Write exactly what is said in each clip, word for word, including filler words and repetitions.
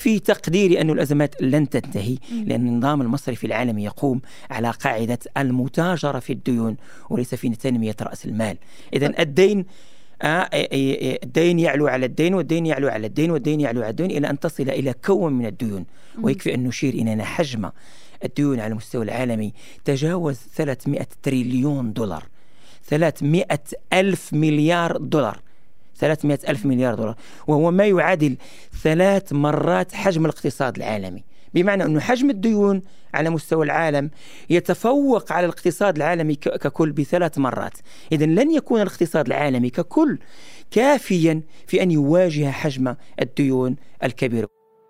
في تقديري أن الأزمات لن تنتهي، لأن النظام المصرفي العالمي يقوم على قاعدة المتاجرة في الديون وليس في تنمية رأس المال. إذن الدين آه الدين يعلو على الدين والدين يعلو على الدين والدين يعلو على الدين إلى أن تصل إلى كون من الديون. ويكفي أن نشير إلى أن حجم الديون على المستوى العالمي تجاوز ثلاثمائة تريليون دولار، ثلاثمائة ألف مليار دولار، ثلاثمائة ألف مليار دولار، وهو ما يعادل ثلاث مرات حجم الاقتصاد العالمي. بمعنى أن حجم الديون على مستوى العالم يتفوق على الاقتصاد العالمي ككل بثلاث مرات. إذن لن يكون الاقتصاد العالمي ككل كافيا في أن يواجه حجم الديون الكبيرة.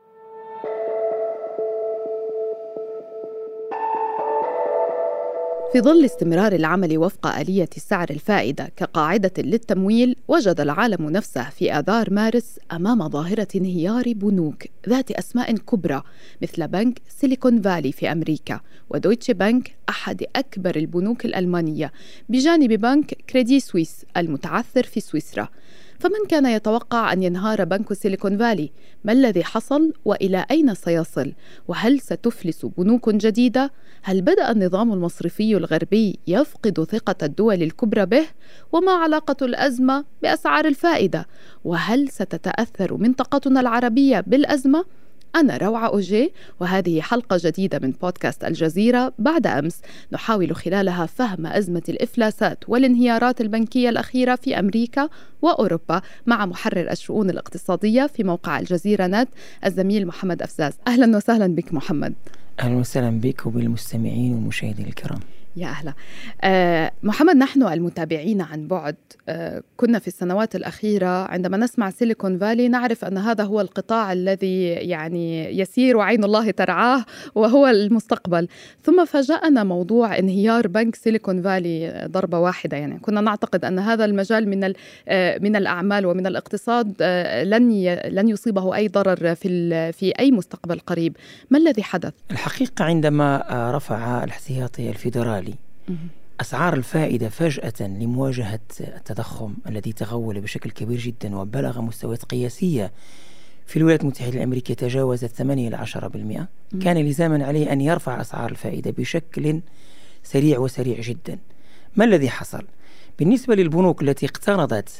في ظل استمرار العمل وفق آلية سعر الفائدة كقاعدة للتمويل، وجد العالم نفسه في آذار مارس أمام ظاهرة انهيار بنوك ذات أسماء كبرى مثل بنك سيليكون فالي في أمريكا ودويتشي بنك أحد أكبر البنوك الألمانية، بجانب بنك كريدي سويس المتعثر في سويسرا. فمن كان يتوقع أن ينهار بنك سيليكون فالي؟ ما الذي حصل وإلى أين سيصل؟ وهل ستفلس بنوك جديدة؟ هل بدأ النظام المصرفي الغربي يفقد ثقة الدول الكبرى به؟ وما علاقة الأزمة بأسعار الفائدة؟ وهل ستتأثر منطقتنا العربية بالأزمة؟ أنا روعة أوجي، وهذه حلقة جديدة من بودكاست الجزيرة بعد أمس، نحاول خلالها فهم أزمة الإفلاسات والانهيارات البنكية الأخيرة في أمريكا وأوروبا مع محرر الشؤون الاقتصادية في موقع الجزيرة نت الزميل محمد أفزاز. أهلا وسهلا بك محمد. أهلا وسهلا بك وبالمستمعين والمشاهدين الكرام. يا أهلا. آه محمد، نحن المتابعين عن بعد آه كنا في السنوات الأخيرة عندما نسمع سيليكون فالي نعرف أن هذا هو القطاع الذي يعني يسير وعين الله ترعاه وهو المستقبل، ثم فاجأنا موضوع انهيار بنك سيليكون فالي ضربة واحدة. يعني كنا نعتقد أن هذا المجال من آه من الأعمال ومن الاقتصاد آه لن لن يصيبه أي ضرر في في أي مستقبل قريب. ما الذي حدث؟ الحقيقة عندما رفع الاحتياطي الفيدرالي أسعار الفائدة فجأة لمواجهة التضخم الذي تغول بشكل كبير جدا وبلغ مستويات قياسية في الولايات المتحدة الأمريكية تجاوزت ثمانية إلى عشرة بالمئة، كان لزاما عليه أن يرفع أسعار الفائدة بشكل سريع وسريع جدا. ما الذي حصل؟ بالنسبة للبنوك التي اقترضت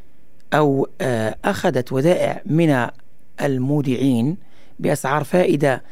أو أخذت ودائع من المودعين بأسعار فائدة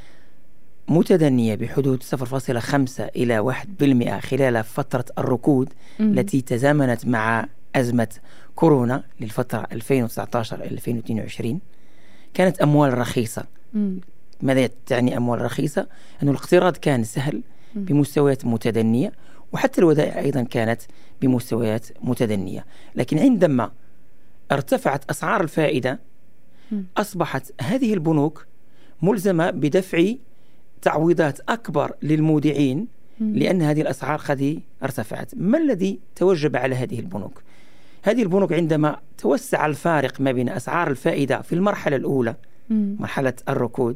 متدنية بحدود صفر فاصلة خمسة إلى واحد بالمئة خلال فترة الركود م- التي تزامنت مع أزمة كورونا للفترة ألفين وتسعة عشر إلى ألفين واثنين وعشرين، كانت أموال رخيصة. م- ماذا تعني أموال رخيصة؟ أن الاقتراض كان سهل بمستويات متدنية، وحتى الودائع أيضا كانت بمستويات متدنية. لكن عندما ارتفعت أسعار الفائدة م- أصبحت هذه البنوك ملزمة بدفع تعويضات أكبر للمودعين لأن هذه الأسعار قد ارتفعت. ما الذي توجب على هذه البنوك؟ هذه البنوك عندما توسع الفارق ما بين أسعار الفائدة في المرحلة الأولى مرحلة الركود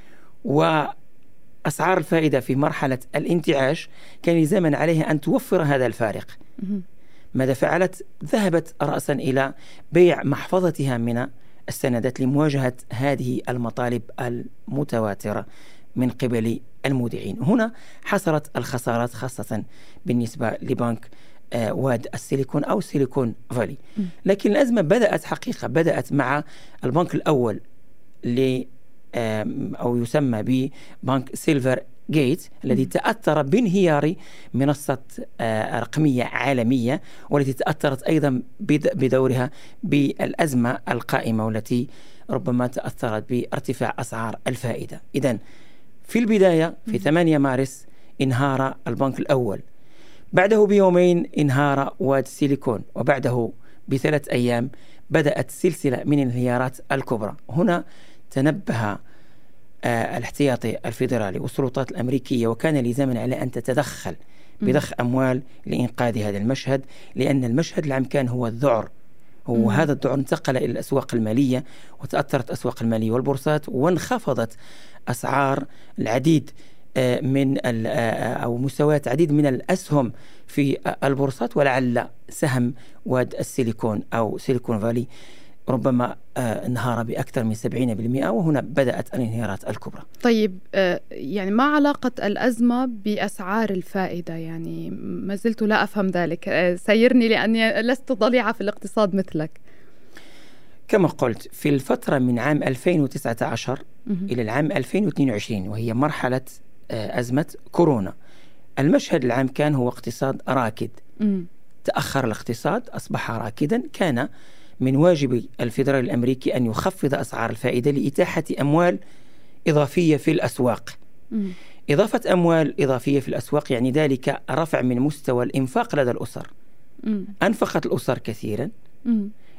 وأسعار الفائدة في مرحلة الانتعاش، كان لزاما عليها أن توفر هذا الفارق. ماذا فعلت؟ ذهبت رأسا إلى بيع محفظتها من السندات لمواجهة هذه المطالب المتواترة من قبل المودعين. هنا حصلت الخسارات خاصة بالنسبة لبنك آه واد السيليكون أو سيليكون فالي. لكن الأزمة بدأت حقيقة بدأت مع البنك الأول اللي آه أو يسمى ببنك سيلفر جيت الذي تأثر بانهيار منصة آه رقمية عالمية، والتي تأثرت أيضا بدورها بالأزمة القائمة والتي ربما تأثرت بارتفاع أسعار الفائدة. إذن في البداية في ثمانية مارس انهار البنك الأول، بعده بيومين انهار واد سيليكون، وبعده بثلاث أيام بدأت سلسلة من الانهيارات الكبرى. هنا تنبه آه الاحتياطي الفيدرالي والسلطات الأمريكية، وكان لزاما على أن تتدخل بضخ أموال لإنقاذ هذا المشهد، لأن المشهد العام كان هو الذعر، وهذا الذعر انتقل إلى الأسواق المالية وتأثرت الأسواق المالية والبورصات، وانخفضت أسعار العديد من أو مستويات عديد من الأسهم في البورصات. ولعل سهم واد السيليكون أو سيليكون فالي ربما انهار بأكثر من سبعين بالمئة، وهنا بدأت الانهيارات الكبرى. طيب يعني ما علاقة الأزمة بأسعار الفائدة؟ يعني ما زلت لا أفهم ذلك، سيرني لأني لست ضليعة في الاقتصاد مثلك. كما قلت، في الفترة من عام ألفين وتسعة عشر إلى العام ألفين واثنين وعشرين، وهي مرحلة أزمة كورونا، المشهد العام كان هو اقتصاد راكد. م. تأخر الاقتصاد، أصبح راكدا. كان من واجب الفيدرالي الأمريكي أن يخفض أسعار الفائدة لإتاحة أموال إضافية في الأسواق. م. إضافة أموال إضافية في الأسواق يعني ذلك رفع من مستوى الإنفاق لدى الأسر. م. أنفقت الأسر كثيرا، م.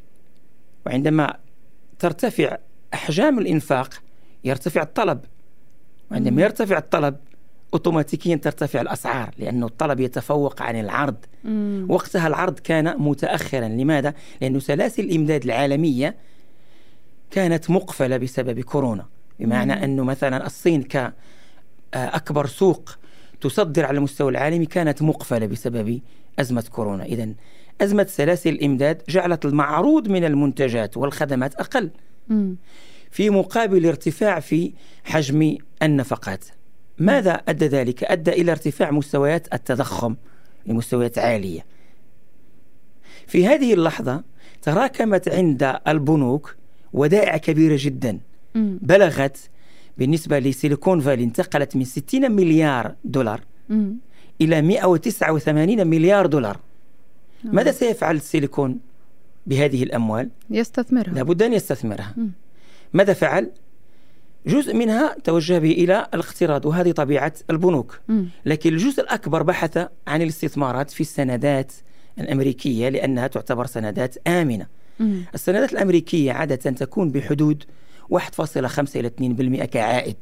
وعندما ترتفع أحجام الإنفاق يرتفع الطلب، وعندما يرتفع الطلب أوتوماتيكيا ترتفع الأسعار، لأنه الطلب يتفوق عن العرض. مم. وقتها العرض كان متأخرا. لماذا؟ لأن سلاسل الإمداد العالمية كانت مقفلة بسبب كورونا، بمعنى مم. أنه مثلا الصين كأكبر سوق تصدر على المستوى العالمي كانت مقفلة بسبب أزمة كورونا. إذن أزمة سلاسل الإمداد جعلت المعروض من المنتجات والخدمات أقل، مم. في مقابل ارتفاع في حجم النفقات. ماذا أدى ذلك؟ أدى إلى ارتفاع مستويات التضخم لمستويات عالية. في هذه اللحظة تراكمت عند البنوك ودائع كبيرة جدا، بلغت بالنسبة لسيليكون فالي انتقلت من ستين مليار دولار إلى مئة وتسعة وثمانين مليار دولار. ماذا سيفعل السيليكون بهذه الأموال؟ يستثمرها، لابد أن يستثمرها. ماذا فعل؟ جزء منها توجه به إلى الاقتراض، وهذه طبيعة البنوك. م. لكن الجزء الأكبر بحث عن الاستثمارات في السندات الأمريكية، لأنها تعتبر سندات آمنة. م. السندات الأمريكية عادة تكون بحدود واحد فاصلة خمسة إلى اثنين بالمئة كعائد.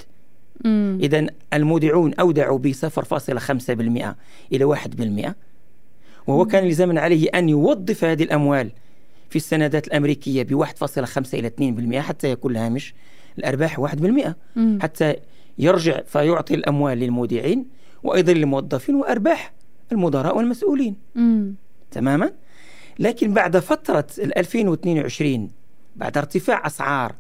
إذن المودعون أودعوا ب صفر فاصلة خمسة بالمئة إلى واحد بالمئة، وهو م. كان لزاما عليه أن يوظف هذه الأموال في السندات الأمريكية ب واحد فاصلة خمسة إلى اثنين بالمئة حتى يكون الهامش الأرباح واحد بالمئة، مم. حتى يرجع فيعطي الأموال للمودعين وأيضا للموظفين وأرباح المدراء والمسؤولين. مم. تماما. لكن بعد فترة ألفين واثنين وعشرين، بعد ارتفاع أسعار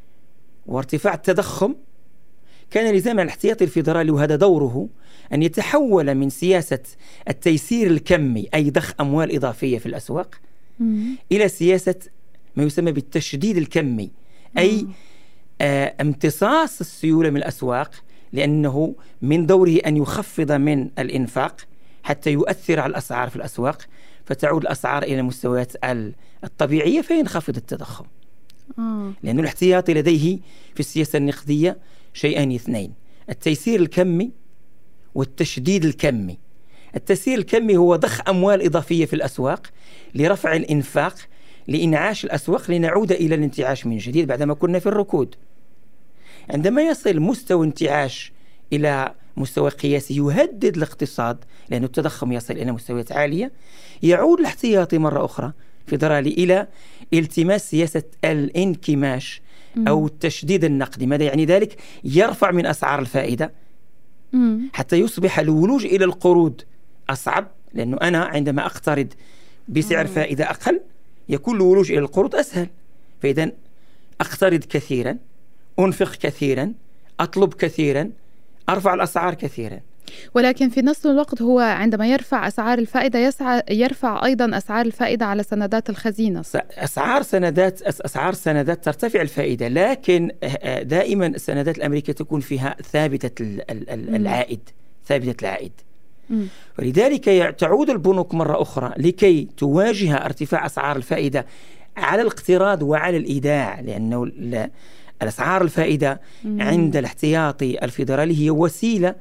وارتفاع التضخم، كان لزاما الاحتياطي الفيدرالي، وهذا دوره، أن يتحول من سياسة التيسير الكمي أي ضخ أموال إضافية في الأسواق، مم. إلى سياسة ما يسمى بالتشديد الكمي، أي مم. آه امتصاص السيولة من الأسواق، لأنه من دوره أن يخفض من الإنفاق حتى يؤثر على الأسعار في الأسواق، فتعود الأسعار إلى المستويات الطبيعية فينخفض التضخم. آه. لأن الاحتياطي لديه في السياسة النقدية شيئان اثنين: التيسير الكمي والتشديد الكمي. التيسير الكمي هو ضخ أموال إضافية في الأسواق لرفع الإنفاق، لإنعاش الأسواق، لنعود إلى الانتعاش من جديد بعدما كنا في الركود. عندما يصل مستوى انتعاش إلى مستوى قياسي يهدد الاقتصاد، لأن التضخم يصل إلى مستويات عالية، يعود الاحتياطي مرة أخرى فيدرالي إلى التماس سياسة الانكماش أو التشديد النقدي. ماذا يعني ذلك؟ يرفع من أسعار الفائدة حتى يصبح الولوج إلى القروض أصعب، لأنه أنا عندما أقترض بسعر فائدة أقل يكون الولوج إلى القروض أسهل، فإذا أقترض كثيرا، أنفق كثيرا، أطلب كثيرا، أرفع الأسعار كثيرا. ولكن في نفس الوقت هو عندما يرفع أسعار الفائدة يسعى يرفع أيضا أسعار الفائدة على سندات الخزينة. أسعار سندات أسعار سندات ترتفع الفائدة، لكن دائما السندات الأمريكية تكون فيها ثابتة العائد، ثابتة العائد. م. ولذلك تعود البنوك مرة أخرى لكي تواجه ارتفاع أسعار الفائدة على الاقتراض وعلى الإيداع، لأنه الأسعار الفائدة م. عند الاحتياطي الفيدرالي هي وسيلة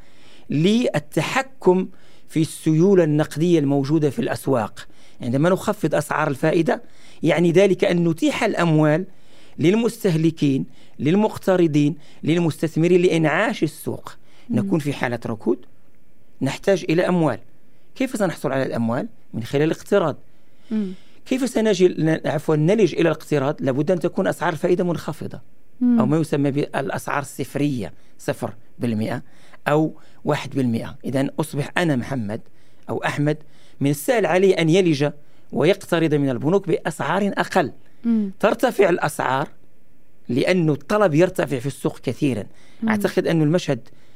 للتحكم في السيولة النقدية الموجودة في الأسواق. عندما نخفض أسعار الفائدة يعني ذلك أن نتيح الأموال للمستهلكين، للمقترضين، للمستثمرين لإنعاش السوق. م. نكون في حالة ركود، نحتاج إلى أموال. كيف سنحصل على الأموال؟ من خلال الاقتراض. م. كيف سنجي عفوا نلج إلى الاقتراض؟ لابد أن تكون أسعار الفائدة منخفضة، م. أو ما يسمى بالأسعار الصفرية، صفر بالمئة أو واحد بالمئة. إذن أصبح أنا محمد أو أحمد من السهل عليه أن يلج ويقترض من البنوك بأسعار أقل، مم. ترتفع الأسعار لأنه الطلب يرتفع في السوق كثيرا. مم. أعتقد أن المشهد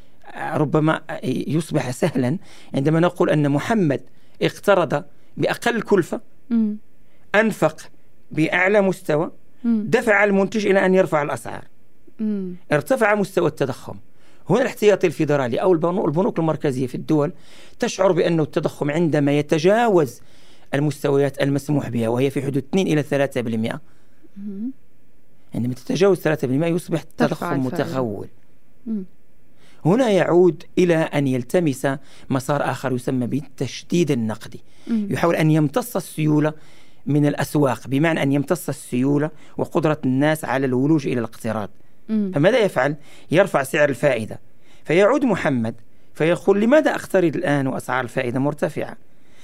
ربما يصبح سهلا عندما نقول أن محمد اقترض بأقل كلفة، مم. أنفق بأعلى مستوى، مم. دفع المنتج إلى أن يرفع الأسعار، مم. ارتفع مستوى التضخم. هنا الاحتياطي الفيدرالي أو البنوك المركزية في الدول تشعر بأن التضخم عندما يتجاوز المستويات المسموح بها وهي في حدود اثنين إلى ثلاثة بالمئة، مم. عندما تتجاوز ثلاثة بالمئة يصبح التضخم متغول. مم. هنا يعود إلى أن يلتمس مسار آخر يسمى بالتشديد النقدي. مم. يحاول أن يمتص السيولة من الأسواق، بمعنى أن يمتص السيولة وقدرة الناس على الولوج إلى الاقتراض. مم. فماذا يفعل؟ يرفع سعر الفائدة، فيعود محمد فيقول لماذا أقترض الآن وأسعار الفائدة مرتفعة؟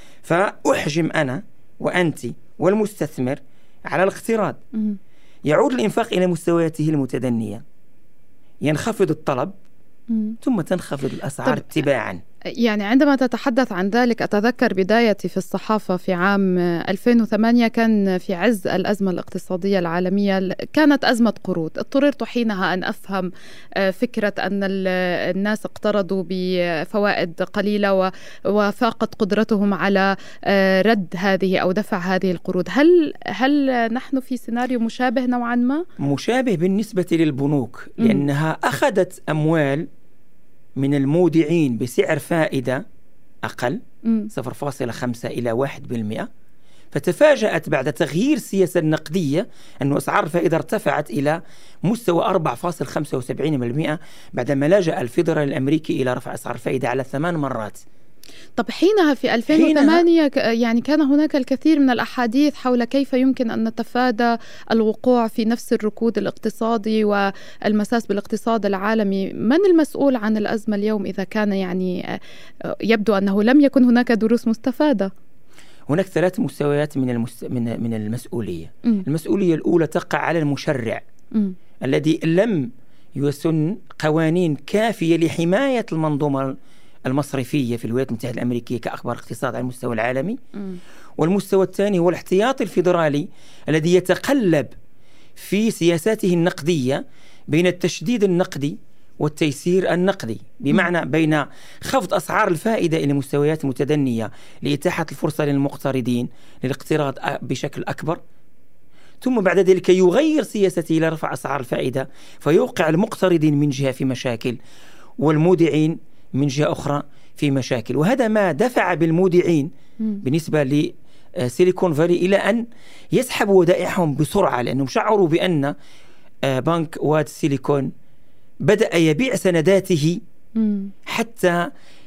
فأحجم أنا وأنت والمستثمر على الاقتراض. مم. يعود الإنفاق إلى مستوياته المتدنية، ينخفض الطلب مم. ثم تنخفض الأسعار تباعا. يعني عندما تتحدث عن ذلك أتذكر بدايتي في الصحافة في عام ألفين وثمانية، كان في عز الأزمة الاقتصادية العالمية، كانت أزمة قروض. اضطررت حينها أن أفهم فكرة أن الناس اقترضوا بفوائد قليلة وفاقت قدرتهم على رد هذه أو دفع هذه القروض. هل هل نحن في سيناريو مشابه نوعا ما؟ مشابه بالنسبة للبنوك، لأنها أخذت أموال من المودعين بسعر فائدة أقل صفر فاصلة خمسة إلى واحد بالمئة، فتفاجأت بعد تغيير السياسة النقدية أن أسعار الفائدة ارتفعت إلى مستوى أربعة فاصلة خمسة وسبعين بالمئة بعدما لجأ الفيدرالي الأمريكي إلى رفع أسعار الفائدة على ثمان مرات. طب حينها في ألفين وثمانية يعني كان هناك الكثير من الأحاديث حول كيف يمكن أن نتفادى الوقوع في نفس الركود الاقتصادي والمساس بالاقتصاد العالمي. من المسؤول عن الأزمة اليوم إذا كان يعني يبدو أنه لم يكن هناك دروس مستفادة؟ هناك ثلاث مستويات من المس... من من المسؤولية. م. المسؤولية الأولى تقع على المشرع م. الذي لم يسن قوانين كافية لحماية المنظومة المصرفية في الولايات المتحدة الأمريكية كأكبر اقتصاد على المستوى العالمي. م. والمستوى الثاني هو الاحتياطي الفيدرالي الذي يتقلب في سياساته النقدية بين التشديد النقدي والتيسير النقدي، بمعنى بين خفض أسعار الفائدة إلى مستويات متدنية لإتاحة الفرصة للمقترضين للاقتراض بشكل أكبر، ثم بعد ذلك يغير سياسته إلى رفع أسعار الفائدة فيوقع المقترضين من جهة في مشاكل والمودعين من جهة أخرى في مشاكل. وهذا ما دفع بالمودعين بالنسبة لسيليكون فالي إلى أن يسحبوا ودائعهم بسرعة، لأنهم شعروا بأن بنك واد سيليكون بدأ يبيع سنداته حتى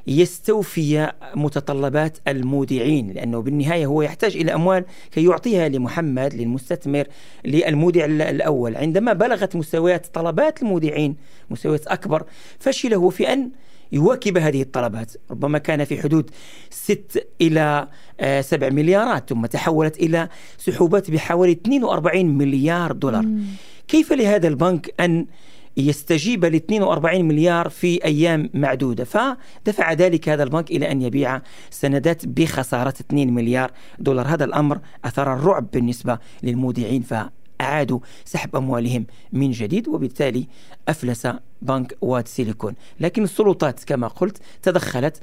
يستوفي متطلبات المودعين، لأنه بالنهاية هو يحتاج إلى أموال كي يعطيها لمحمد للمستثمر للمودع الأول. عندما بلغت مستويات طلبات المودعين مستويات أكبر فشل هو في أن يواكب هذه الطلبات، ربما كان في حدود ست إلى سبع مليارات ثم تحولت إلى سحوبات بحوالي اثنين وأربعين مليار دولار. مم. كيف لهذا البنك أن يستجيب ل اثنين وأربعين مليار في أيام معدودة؟ فدفع ذلك هذا البنك إلى أن يبيع سندات بخسارة اثنين مليار دولار. هذا الأمر أثار الرعب بالنسبة للمودعين فأعادوا سحب أموالهم من جديد، وبالتالي أفلس بنك واد سيليكون. لكن السلطات كما قلت تدخلت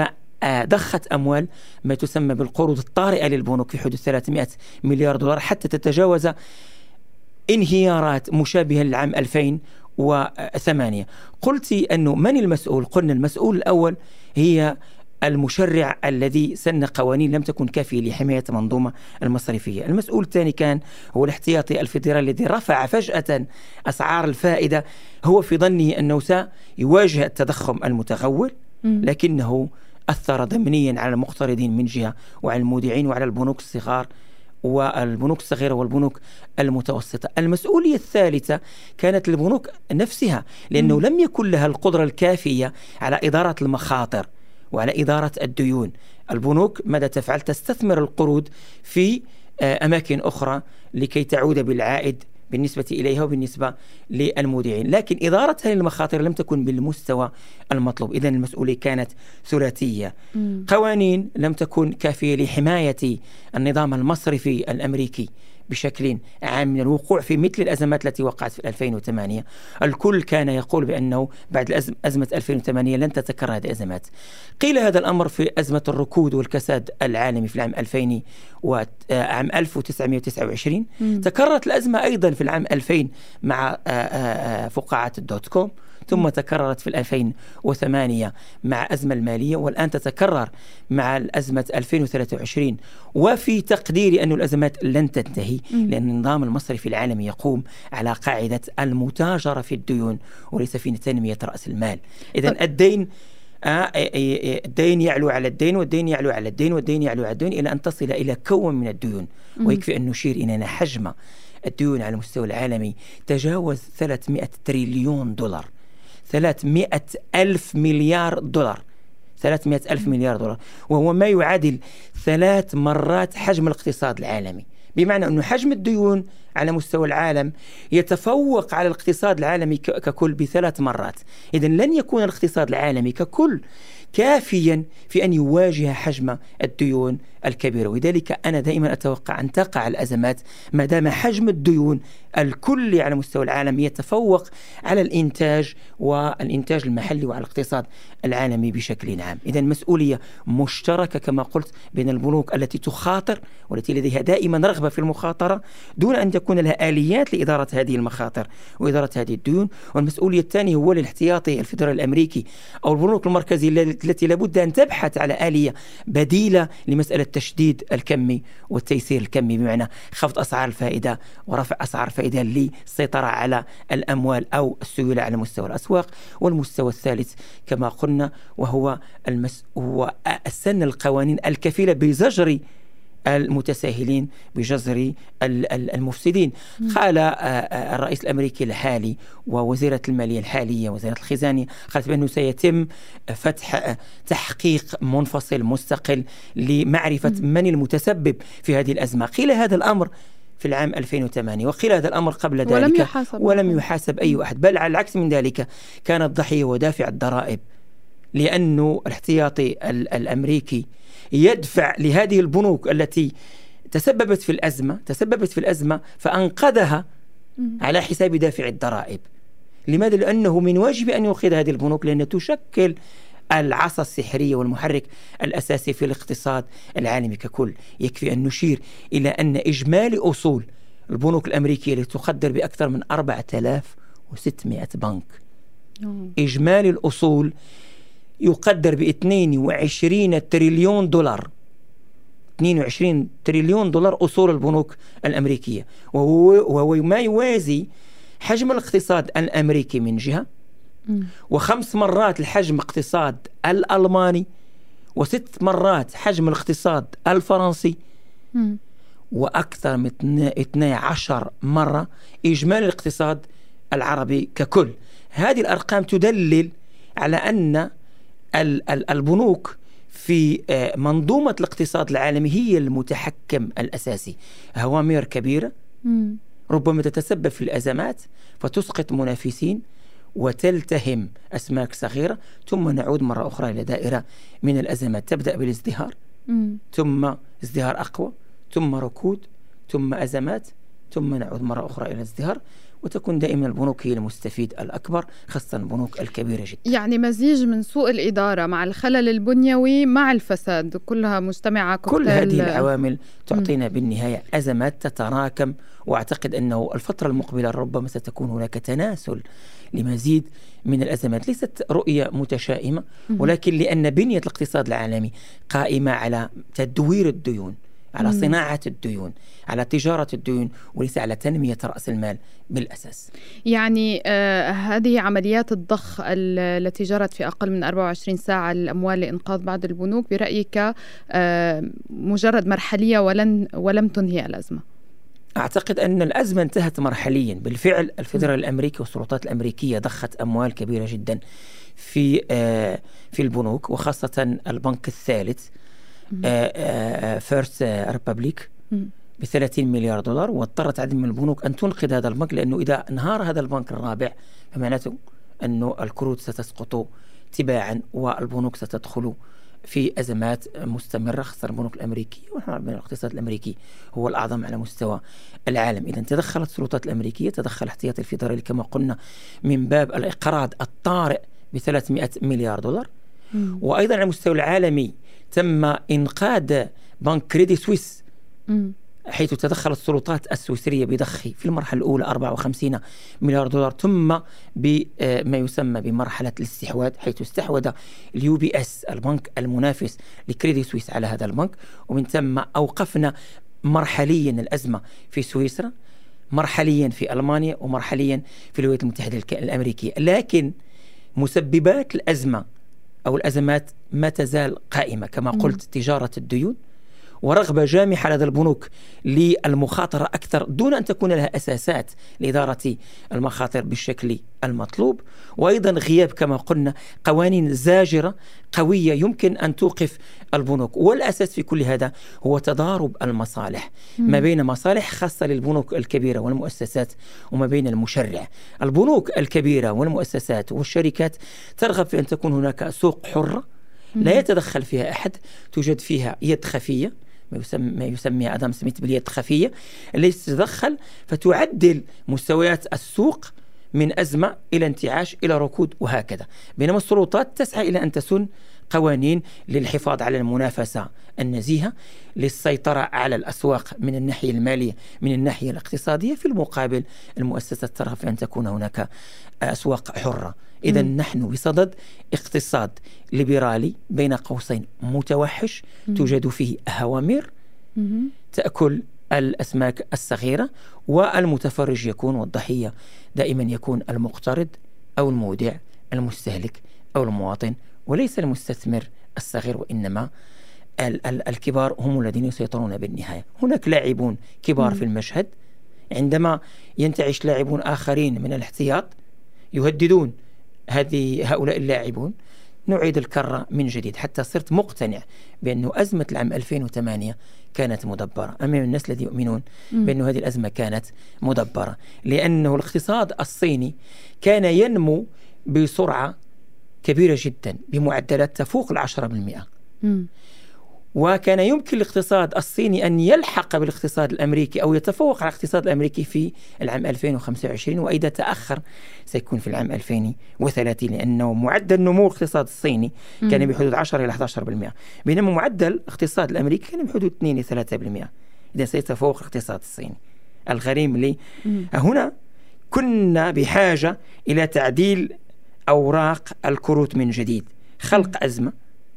فضخت أموال ما تسمى بالقروض الطارئة للبنوك في حدود ثلاثمائة مليار دولار حتى تتجاوز انهيارات مشابهة للعام ألفين وثمانية. قلت أنه من المسؤول؟ قلنا المسؤول الأول هي المشرع الذي سن قوانين لم تكن كافية لحماية المنظومة المصرفية. المسؤول الثاني كان هو الاحتياطي الفيدرالي الذي رفع فجأة أسعار الفائدة، هو في ظنه أنه سيواجه التضخم المتغول، لكنه أثر ضمنيا على المقترضين من جهة وعلى المودعين وعلى البنوك الصغار والبنوك الصغيرة والبنوك المتوسطة. المسؤولية الثالثة كانت للبنوك نفسها، لأنه لم يكن لها القدرة الكافية على إدارة المخاطر وعلى إدارة الديون. البنوك ماذا تفعل؟ تستثمر القروض في أماكن أخرى لكي تعود بالعائد بالنسبة إليها وبالنسبة للمودعين، لكن إدارتها للمخاطر لم تكن بالمستوى المطلوب. إذن المسؤولية كانت ثلاثية. مم. قوانين لم تكن كافية لحماية النظام المصرفي الأمريكي بشكل عام من الوقوع في مثل الأزمات التي وقعت في ألفين وثمانية. الكل كان يقول بأنه بعد أزمة ألفين وثمانية لن تتكرر هذه الأزمات. قيل هذا الأمر في أزمة الركود والكساد العالمي في العام ألفين وعام ألف وتسعمائة وتسعة وعشرين. م. تكررت الأزمة أيضا في العام ألفين مع فقاعة الدوت كوم، ثم تكررت في ألفين وثمانية مع أزمة المالية، والآن تتكرر مع الأزمة ألفين وثلاثة وعشرين. وفي تقديري أن الأزمات لن تنتهي، لأن النظام المصرفي العالمي يقوم على قاعدة المتاجرة في الديون وليس في تنمية رأس المال. إذن الدين الدين يعلو على الدين والدين يعلو على الدين والدين يعلو على الدين إلى أن تصل إلى كون من الديون. ويكفي أن نشير إلى أن حجم الديون على المستوى العالمي تجاوز ثلاثمائة تريليون دولار، ثلاثمائة ألف مليار دولار، ثلاثمائة ألف مليار دولار، وهو ما يعادل ثلاث مرات حجم الاقتصاد العالمي. بمعنى أن حجم الديون على مستوى العالم يتفوق على الاقتصاد العالمي ككل بثلاث مرات. إذن لن يكون الاقتصاد العالمي ككل كافيا في أن يواجه حجم الديون الكبيرة، ولذلك أنا دائما أتوقع أن تقع الأزمات ما دام حجم الديون الكلي على مستوى العالم يتفوق على الإنتاج والإنتاج المحلي وعلى الاقتصاد العالمي بشكل عام. إذن مسؤولية مشتركة كما قلت بين البنوك التي تخاطر والتي لديها دائما رغبة في المخاطرة دون أن تكون لها آليات لإدارة هذه المخاطر وإدارة هذه الديون، والمسؤولية الثانية هو للاحتياطي الفيدرالي الأمريكي أو البنوك المركزية التي لابد أن تبحث على آلية بديلة لمسألة التشديد الكمي والتيسير الكمي، بمعنى خفض أسعار الفائدة ورفع أسعار الفائدة للسيطرة على الأموال أو السيولة على مستوى الأسواق. والمستوى الثالث كما قلنا وهو المس... هو السن القوانين الكفيلة بزجر المتساهلين بجزر المفسدين. قال الرئيس الأمريكي الحالي ووزيرة المالية الحالية وزيرة الخزانة قالت بأنه سيتم فتح تحقيق منفصل مستقل لمعرفة من المتسبب في هذه الأزمة. قيل هذا الأمر في العام ألفين وثمانية وقيل هذا الأمر قبل ذلك ولم يحاسب, ولم يحاسب أي أحد، بل على العكس من ذلك كان الضحية ودافع الضرائب، لأنه الاحتياطي الأمريكي يدفع لهذه البنوك التي تسببت في الأزمة تسببت في الأزمة فأنقذها على حساب دافع الضرائب. لماذا؟ لأنه من واجب أن ينقذ هذه البنوك لأنها تشكل العصا السحرية والمحرك الأساسي في الاقتصاد العالمي ككل. يكفي أن نشير إلى أن إجمالي أصول البنوك الأمريكية التي تقدر بأكثر من أربعة آلاف وستمائة بنك، إجمالي الأصول يقدر باثنين وعشرين تريليون دولار، اثنين وعشرين تريليون دولار أصول البنوك الأمريكية، وهو, وهو ما يوازي حجم الاقتصاد الأمريكي من جهة، وخمس مرات الحجم اقتصاد الألماني، وست مرات حجم الاقتصاد الفرنسي، وأكثر من اثني عشر مرة إجمالي الاقتصاد العربي ككل. هذه الأرقام تدلل على أن البنوك في منظومة الاقتصاد العالمي هي المتحكم الأساسي. هوامير كبيرة ربما تتسبب في الأزمات فتسقط منافسين وتلتهم أسماك صغيرة، ثم نعود مرة أخرى إلى دائرة من الأزمات تبدأ بالازدهار ثم ازدهار أقوى ثم ركود ثم أزمات ثم نعود مرة أخرى إلى ازدهار، وتكون دائما البنوك هي المستفيد الأكبر، خاصة البنوك الكبيرة جدا. يعني مزيج من سوء الإدارة مع الخلل البنيوي مع الفساد، كلها مجتمعة كل هذه العوامل تعطينا م. بالنهاية أزمات تتراكم. وأعتقد أنه الفترة المقبلة ربما ستكون هناك تناسل لمزيد من الأزمات، ليست رؤية متشائمة، ولكن لأن بنية الاقتصاد العالمي قائمة على تدوير الديون، على صناعة الديون، على تجارة الديون، وليس على تنمية رأس المال بالأساس. يعني آه هذه عمليات الضخ التي جرت في أقل من أربعة وعشرين ساعة للأموال لإنقاذ بعض البنوك برأيك آه مجرد مرحلية ولن ولم تنهي الأزمة؟ أعتقد أن الأزمة انتهت مرحليا. بالفعل الفيدرالي الأمريكي والسلطات الأمريكية ضخت أموال كبيرة جدا في آه في البنوك، وخاصة البنك الثالث فيرست ريبابليك بثلاثين مليار دولار، واضطرت عدد من البنوك أن تنقذ هذا البنك، لأنه إذا انهار هذا البنك الرابع فمعناته أنه الكروت ستسقط تباعا والبنوك ستدخل في أزمات مستمرة خاصة البنوك الأمريكية، ونحن عارفين الاقتصاد الأمريكي هو الأعظم على مستوى العالم. إذا تدخلت السلطات الأمريكية، تدخل الاحتياطي الفيدرالي كما قلنا من باب الإقراض الطارئ ب ثلاثمائة مليار دولار. مم. وأيضا على المستوى العالمي تم إنقاذ بنك كريدي سويس، مم. حيث تدخلت السلطات السويسرية بضخ في المرحلة الأولى أربعة وخمسين مليار دولار، ثم بما يسمى بمرحلة الاستحواذ، حيث استحوذ اليو بي اس البنك المنافس لكريدي سويس على هذا البنك، ومن ثم أوقفنا مرحليا الأزمة في سويسرا، مرحليا في ألمانيا، ومرحليا في الولايات المتحدة الأمريكية. لكن مسببات الأزمة أو الأزمات ما تزال قائمة كما قلت، تجارة الديون ورغبة جامحة لدى البنوك للمخاطرة أكثر دون أن تكون لها أساسات لإدارة المخاطر بالشكل المطلوب، وأيضا غياب كما قلنا قوانين زاجرة قوية يمكن أن توقف البنوك. والأساس في كل هذا هو تضارب المصالح ما بين مصالح خاصة للبنوك الكبيرة والمؤسسات وما بين المشرع. البنوك الكبيرة والمؤسسات والشركات ترغب في أن تكون هناك سوق حرة لا يتدخل فيها أحد، توجد فيها يد خفية، ما يسمى ما يسميها آدم سميث باليد خفية، التي تتدخل فتعدل مستويات السوق من أزمة إلى انتعاش إلى ركود وهكذا. بينما السلطات تسعى إلى أن تسن قوانين للحفاظ على المنافسة النزيهة، للسيطرة على الأسواق من الناحية المالية من الناحية الاقتصادية. في المقابل المؤسسات ترغب في أن تكون هناك أسواق حرة. إذا نحن بصدد اقتصاد ليبرالي بين قوسين متوحش، توجد فيه أوامر تأكل الأسماك الصغيرة، والمتفرج يكون والضحية دائما يكون المقترض أو المودع، المستهلك أو المواطن، وليس المستثمر الصغير، وإنما ال- ال- الكبار هم الذين يسيطرون بالنهاية. هناك لاعبون كبار في المشهد، عندما ينتعش لاعبون آخرين من الاحتياط يهددون هذه هؤلاء اللاعبون، نعيد الكرة من جديد، حتى صرت مقتنع بأن أزمة العام ألفين وثمانية كانت مدبرة. أمام الناس الذين يؤمنون بأن هذه الأزمة كانت مدبرة، لأنه الاقتصاد الصيني كان ينمو بسرعة كبيرة جدا بمعدلات تفوق العشرة بالمئة، وكان يمكن الاقتصاد الصيني أن يلحق بالاقتصاد الأمريكي أو يتفوق على الاقتصاد الأمريكي في العام ألفين وخمسة وعشرين، وإذا تأخر سيكون في العام ألفين وثلاثين، لأنه معدل نمو الاقتصاد الصيني كان بحدود عشرة إلى أحد عشر بالمئة، بينما معدل الاقتصاد الأمريكي كان بحدود اثنين إلى ثلاثة بالمئة. إذا سيتفوق الاقتصاد الصيني. الغريم لي هنا كنا بحاجة إلى تعديل أوراق الكروت من جديد، خلق أزمة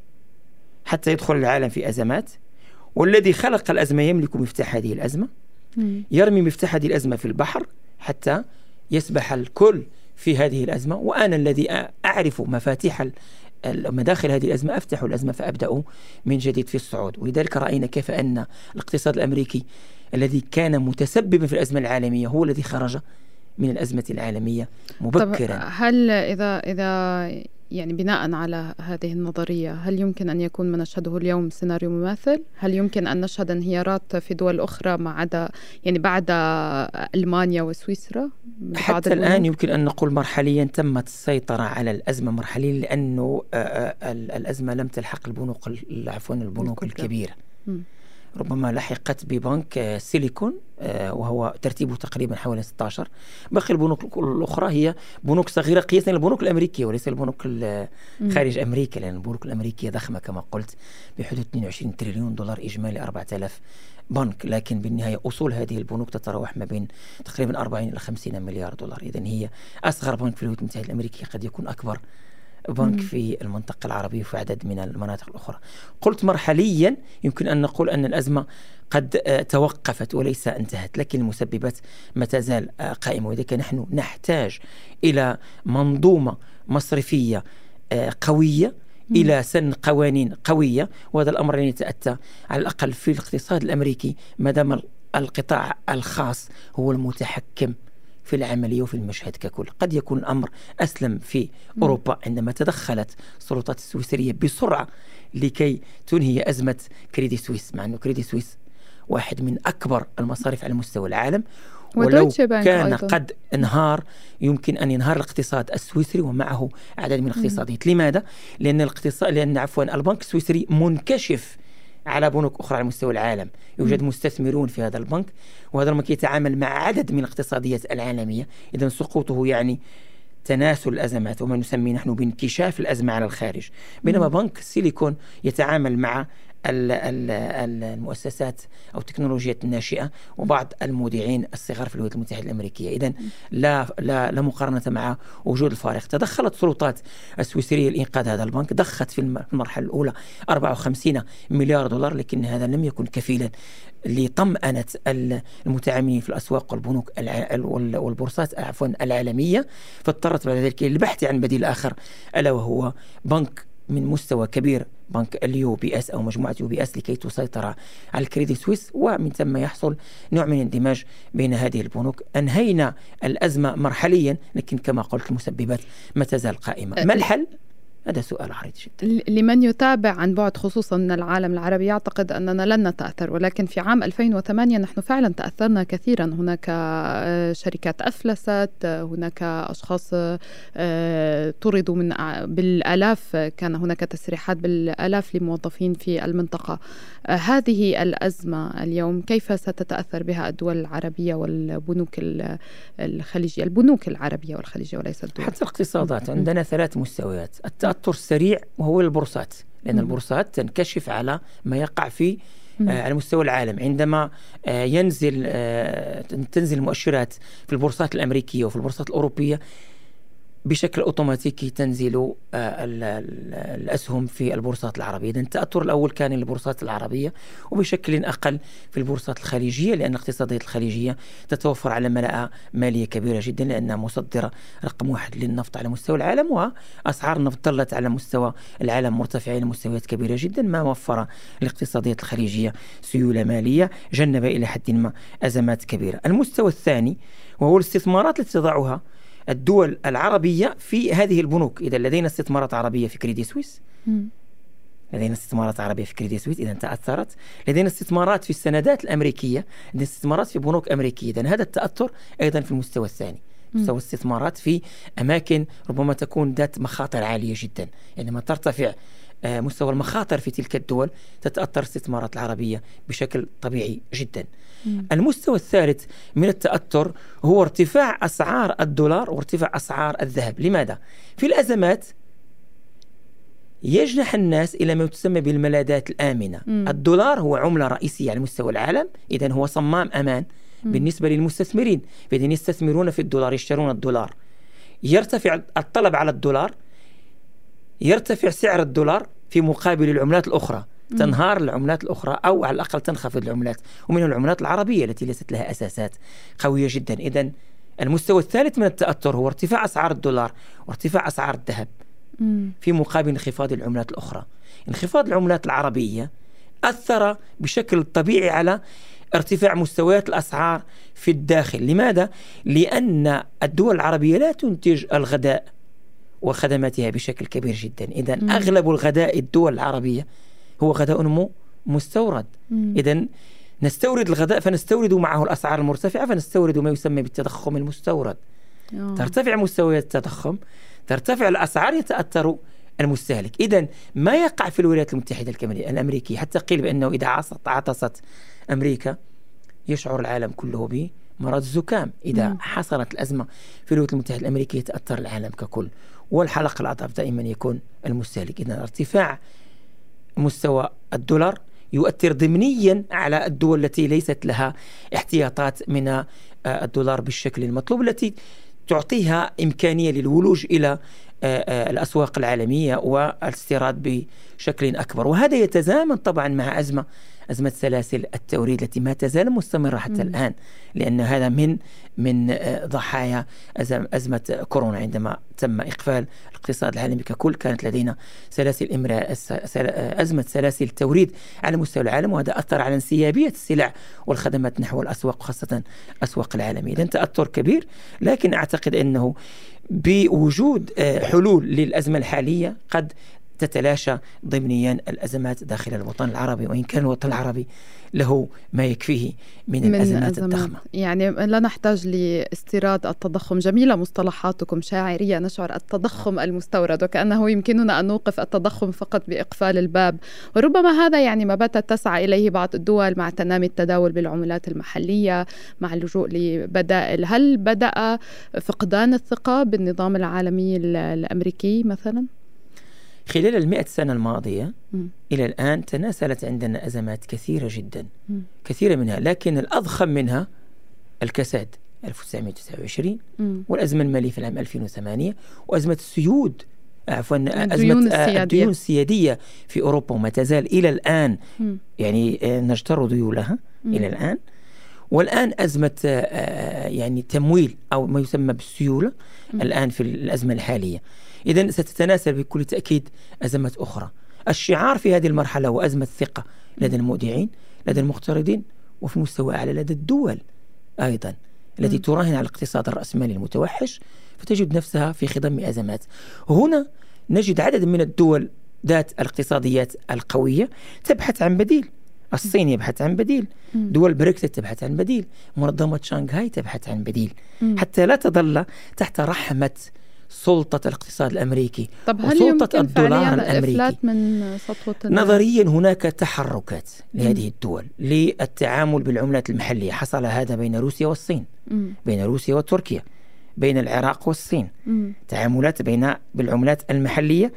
حتى يدخل العالم في أزمات، والذي خلق الأزمة يملك مفتاح هذه الأزمة، يرمي مفتاح هذه الأزمة في البحر حتى يسبح الكل في هذه الأزمة، وأنا الذي أعرف مفاتيح مداخل هذه الأزمة أفتح الأزمة فأبدأ من جديد في الصعود. ولذلك رأينا كيف أن الاقتصاد الأمريكي الذي كان متسببا في الأزمة العالمية هو الذي خرج من الأزمة العالمية مبكرا. هل إذا إذا يعني بناء على هذه النظرية، هل يمكن أن يكون ما نشهده اليوم سيناريو مماثل؟ هل يمكن أن نشهد انهيارات في دول أخرى ما عدا يعني بعد ألمانيا وسويسرا؟ حتى الآن يمكن أن نقول مرحليا تمت السيطرة على الأزمة مرحليا، لأنه الأزمة لم تلحق البنوك عفوا البنوك الكبيرة. م. ربما لحقت ببنك سيليكون وهو ترتيبه تقريبا حوالي ستة عشر. باقي البنوك الأخرى هي بنوك صغيرة قياسا للبنوك الأمريكية وليس البنوك خارج أمريكا، لأن البنوك الأمريكية ضخمة كما قلت بحدود اثنين وعشرين تريليون دولار إجمالي أربعة آلاف بنك، لكن بالنهاية أصول هذه البنوك تتراوح ما بين تقريبا أربعين إلى خمسين مليار دولار. إذن هي أصغر بنك في الولايات المتحدة الأمريكية، قد يكون أكبر بنك في المنطقة العربية وفي عدد من المناطق الأخرى. قلت مرحليا يمكن أن نقول أن الأزمة قد توقفت وليس انتهت، لكن المسببات ما تزال قائمة، وذلك نحن نحتاج إلى منظومة مصرفية قوية، إلى سن قوانين قوية، وهذا الأمر الذي يتأتى على الأقل في الاقتصاد الأمريكي ما دام القطاع الخاص هو المتحكم في العملية وفي المشهد ككل. قد يكون الأمر أسلم في أوروبا عندما تدخلت السلطات السويسرية بسرعة لكي تنهي أزمة كريدي سويس، مع أنه كريدي سويس واحد من أكبر المصارف على مستوى العالم، ولو كان قد انهار يمكن أن ينهار الاقتصاد السويسري ومعه عدد من الاقتصاديات. لماذا؟ لأن الاقتصاد لأن عفوا البنك السويسري منكشف على بنوك أخرى على مستوى العالم، يوجد مستثمرون في هذا البنك، وهذا البنك يتعامل مع عدد من الاقتصاديات العالمية. إذن سقوطه يعني تناسل الأزمات وما نسميه نحن بانكشاف الأزمة على الخارج، بينما بنك سيليكون يتعامل مع المؤسسات أو التكنولوجيات الناشئة وبعض المودعين الصغار في الولايات المتحدة الأمريكية. إذن لا لا لا مقارنة مع وجود الفارق. تدخلت السلطات السويسرية لإنقاذ هذا البنك، ضخت في المرحلة الأولى أربعة وخمسين مليار دولار، لكن هذا لم يكن كفيلا لطمأنة المتعاملين في الأسواق والبنوك والبورصات عفوا العالمية، فاضطرت بعد ذلك للبحث عن بديل آخر، ألا وهو بنك من مستوى كبير، بنك اليو بي اس أو مجموعة يو بي اس، لكي تسيطر على الكريدي سويس، ومن ثم يحصل نوع من الاندماج بين هذه البنوك. أنهينا الأزمة مرحليا، لكن كما قلت المسببات ما تزال قائمة. ما الحل؟ هذا سؤال عريض جدا. لمن يتابع عن بعد خصوصا من العالم العربي يعتقد أننا لن نتأثر، ولكن في عام ألفين وثمانية نحن فعلا تأثرنا كثيرا. هناك شركات أفلست، هناك أشخاص طردوا من بالآلاف، كان هناك تسريحات بالآلاف لموظفين في المنطقة. هذه الأزمة اليوم كيف ستتأثر بها الدول العربية والبنوك الخليجية، البنوك العربية والخليجية وليس الدول؟ حتى الاقتصادات عندنا ثلاث مستويات. التأثر السريع وهو البورصات، لأن البورصات تنكشف على ما يقع في آه على مستوى العالم. عندما آه ينزل آه تنزل المؤشرات في البورصات الأمريكية وفي البورصات الأوروبية بشكل أوتوماتيكي تنزل آه الأسهم في البورصات العربية. إذن التأثر الأول كان للبورصات العربية، وبشكل أقل في البورصات الخليجية، لأن الاقتصاديات الخليجية تتوفر على ملاءة مالية كبيرة جدا، لأنها مصدرة رقم واحد للنفط على مستوى العالم، وأسعار النفط ظلت على مستوى العالم مرتفعة إلى مستويات كبيرة جدا، ما وفر الاقتصاديات الخليجية سيولة مالية، جنب إلى حد ما أزمات كبيرة. المستوى الثاني وهو الاستثمارات التي تضعها الدول العربية في هذه البنوك. إذا لدينا استثمارات عربية في كريدي سويس، لدينا استثمارات عربية في كريدي سويس إذا تأثرت. لدينا استثمارات في السندات الأمريكية، لدينا استثمارات في بنوك أمريكية، إذا هذا التأثر أيضا في المستوى الثاني، مستوى استثمارات في أماكن ربما تكون ذات مخاطر عالية جدا. عندما ترتفع مستوى المخاطر في تلك الدول تتأثر الاستثمارات العربية بشكل طبيعي جدا. مم. المستوى الثالث من التأثر هو ارتفاع أسعار الدولار وارتفاع أسعار الذهب. لماذا؟ في الأزمات يجنح الناس إلى ما تسمى بالملاذات الآمنة. مم. الدولار هو عملة رئيسية على مستوى العالم، إذن هو صمام أمان مم. بالنسبة للمستثمرين، فإذن يستثمرون في الدولار، يشترون الدولار، يرتفع الطلب على الدولار، يرتفع سعر الدولار في مقابل العملات الأخرى، تنهار العملات الأخرى أو على الأقل تنخفض العملات، ومنها العملات العربية التي ليست لها أساسات قوية جدا. إذن المستوى الثالث من التأثر هو ارتفاع أسعار الدولار وارتفاع أسعار الذهب في مقابل انخفاض العملات الأخرى. انخفاض العملات العربية أثر بشكل طبيعي على ارتفاع مستويات الأسعار في الداخل. لماذا؟ لأن الدول العربية لا تنتج الغذاء وخدماتها بشكل كبير جدا. إذن أغلب الغذاء الدول العربية هو غذاء مستورد. إذن نستورد الغذاء فنستورد معه الأسعار المرتفعة، فنستورد ما يسمى بالتضخم المستورد. أوه. ترتفع مستويات التضخم، ترتفع الأسعار، يتأثر المستهلك. إذن ما يقع في الولايات المتحدة الأمريكية، حتى قيل بأنه إذا عطست أمريكا يشعر العالم كله بمرض الزكام. إذا مم. حصلت الأزمة في الولايات المتحدة الأمريكية يتأثر العالم ككل، والحلقة الأضعف دائما يكون المستهلك. إذن ارتفاع مستوى الدولار يؤثر ضمنيا على الدول التي ليست لها احتياطات من الدولار بالشكل المطلوب، التي تعطيها إمكانية للولوج إلى الأسواق العالمية والاستيراد بشكل أكبر. وهذا يتزامن طبعا مع أزمة أزمة سلاسل التوريد التي ما تزال مستمرة حتى م. الآن، لأن هذا من من ضحايا أزمة كورونا. عندما تم إقفال الاقتصاد العالمي ككل كانت لدينا سلاسل إمراء أزمة سلاسل التوريد على مستوى العالم، وهذا أثر على انسيابية السلع والخدمات نحو الأسواق، خاصة الأسواق العالمية. إذن تأثر كبير، لكن أعتقد أنه بوجود حلول للأزمة الحالية قد تتلاشى ضمنيا الأزمات داخل الوطن العربي، وإن كان الوطن العربي له ما يكفيه من, من الأزمات أزمات. الضخمة. يعني لا نحتاج لاستيراد التضخم. جميلة مصطلحاتكم شاعرية، نشعر التضخم المستورد، وكأنه يمكننا أن نوقف التضخم فقط بإقفال الباب، وربما هذا يعني ما باتت تسعى إليه بعض الدول مع تنامي التداول بالعملات المحلية، مع اللجوء لبدائل. هل بدأ فقدان الثقة بالنظام العالمي الأمريكي مثلا؟ خلال المئة سنة الماضية م. إلى الآن تناسلت عندنا أزمات كثيرة جدا، م. كثيرة منها، لكن الأضخم منها الكساد ألف وتسعمئة وتسعة وعشرين م. والأزمة المالية في العام ألفين وثمانية، وأزمة السيود عفوا أزمة السيادية. الديون السيادية في أوروبا، وما تزال إلى الآن م. يعني نجتر ذيولها م. إلى الآن. والآن أزمة يعني تمويل أو ما يسمى بالسيولة م. الآن في الأزمة الحالية. إذن ستتناسل بكل تأكيد أزمات أخرى. الشعار في هذه المرحلة هو أزمة ثقة لدى المودعين، لدى المقترضين، وفي مستوى أعلى لدى الدول أيضا التي تراهن على الاقتصاد الرأسمالي المتوحش، فتجد نفسها في خضم أزمات. هنا نجد عدد من الدول ذات الاقتصاديات القوية تبحث عن بديل. الصين يبحث عن بديل، دول بريكسيت تبحث عن بديل، منظمة شانغهاي تبحث عن بديل، حتى لا تظل تحت رحمة سلطة الاقتصاد الأمريكي وسلطة الدولار الأمريكي. من سطوة نظريا هناك تحركات لهذه الدول للتعامل بالعملات المحلية. حصل هذا بين روسيا والصين، م. بين روسيا وتركيا، بين العراق والصين، م. تعاملات بين بالعملات المحلية